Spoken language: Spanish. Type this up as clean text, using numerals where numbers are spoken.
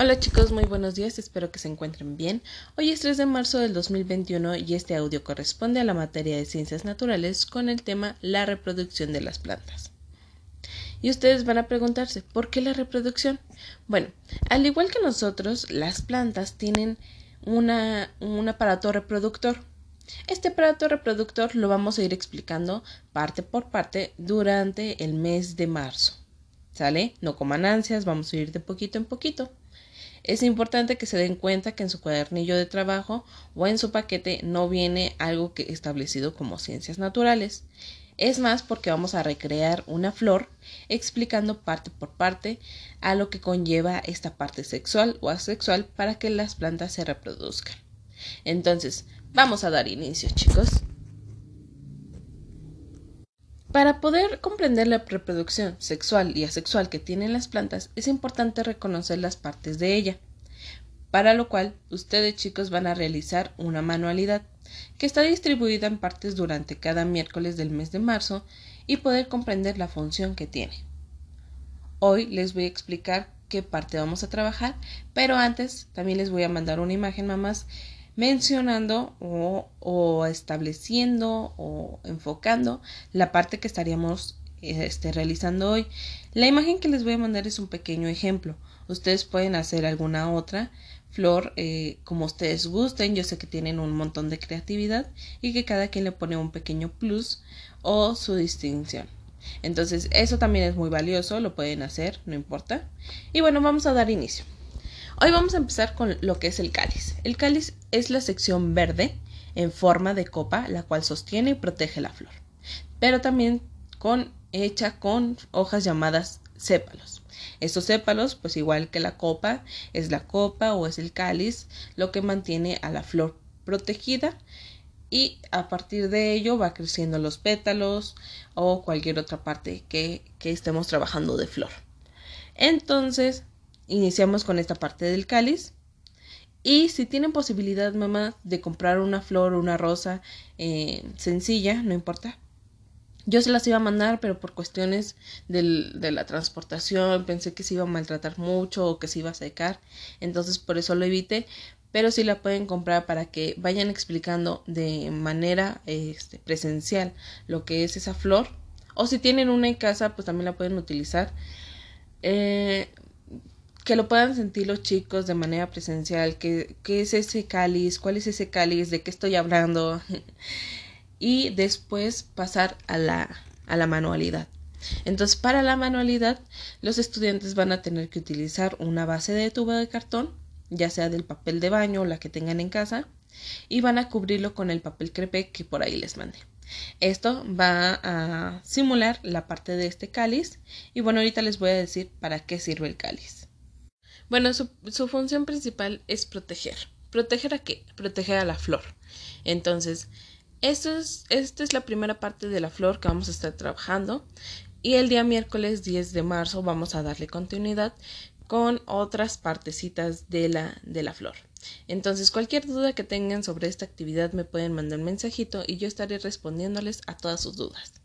Hola chicos, muy buenos días, espero que se encuentren bien. Hoy es 3 de marzo del 2021 y este audio corresponde a la materia de Ciencias Naturales con el tema la reproducción de las plantas. Y ustedes van a preguntarse, ¿por qué la reproducción? Bueno, al igual que nosotros, las plantas tienen un aparato reproductor. Este aparato reproductor lo vamos a ir explicando parte por parte durante el mes de marzo. ¿Sale? No coman ansias, vamos a ir de poquito en poquito. Es importante que se den cuenta que en su cuadernillo de trabajo o en su paquete no viene algo que establecido como ciencias naturales. Es más porque vamos a recrear una flor explicando parte por parte a lo que conlleva esta parte sexual o asexual para que las plantas se reproduzcan. Entonces, vamos a dar inicio, chicos. Para poder comprender la reproducción sexual y asexual que tienen las plantas, es importante reconocer las partes de ella, para lo cual ustedes chicos van a realizar una manualidad que está distribuida en partes durante cada miércoles del mes de marzo y poder comprender la función que tiene. Hoy les voy a explicar qué parte vamos a trabajar, pero antes también les voy a mandar una imagen mamás mencionando o estableciendo o enfocando la parte que estaríamos realizando hoy. La imagen que les voy a mandar es un pequeño ejemplo. Ustedes pueden hacer alguna otra flor como ustedes gusten. Yo sé que tienen un montón de creatividad y que cada quien le pone un pequeño plus o su distinción. Entonces eso también es muy valioso, lo pueden hacer, no importa. Y bueno, vamos a dar inicio. Hoy vamos a empezar con lo que es el cáliz. El cáliz es la sección verde en forma de copa, la cual sostiene y protege la flor, pero también hecha con hojas llamadas sépalos. Estos sépalos, pues igual que la copa, es la copa o es el cáliz, lo que mantiene a la flor protegida y a partir de ello va creciendo los pétalos o cualquier otra parte que estemos trabajando de flor. Entonces, iniciamos con esta parte del cáliz. Y si tienen posibilidad, mamá, de comprar una flor o una rosa sencilla, no importa. Yo se las iba a mandar, pero por cuestiones de la transportación pensé que se iba a maltratar mucho o que se iba a secar. Entonces por eso lo evité. Pero sí la pueden comprar para que vayan explicando de manera presencial lo que es esa flor. O si tienen una en casa, pues también la pueden utilizar. Que lo puedan sentir los chicos de manera presencial. ¿Qué es ese cáliz? ¿Cuál es ese cáliz? ¿De qué estoy hablando? Y después pasar a la manualidad. Entonces, para la manualidad, los estudiantes van a tener que utilizar una base de tubo de cartón, ya sea del papel de baño o la que tengan en casa, y van a cubrirlo con el papel crepé que por ahí les mandé. Esto va a simular la parte de este cáliz y bueno, ahorita les voy a decir para qué sirve el cáliz. Bueno, su función principal es proteger. ¿Proteger a qué? Proteger a la flor. Entonces, esta es la primera parte de la flor que vamos a estar trabajando y el día miércoles 10 de marzo vamos a darle continuidad con otras partecitas de la flor. Entonces, cualquier duda que tengan sobre esta actividad me pueden mandar un mensajito y yo estaré respondiéndoles a todas sus dudas.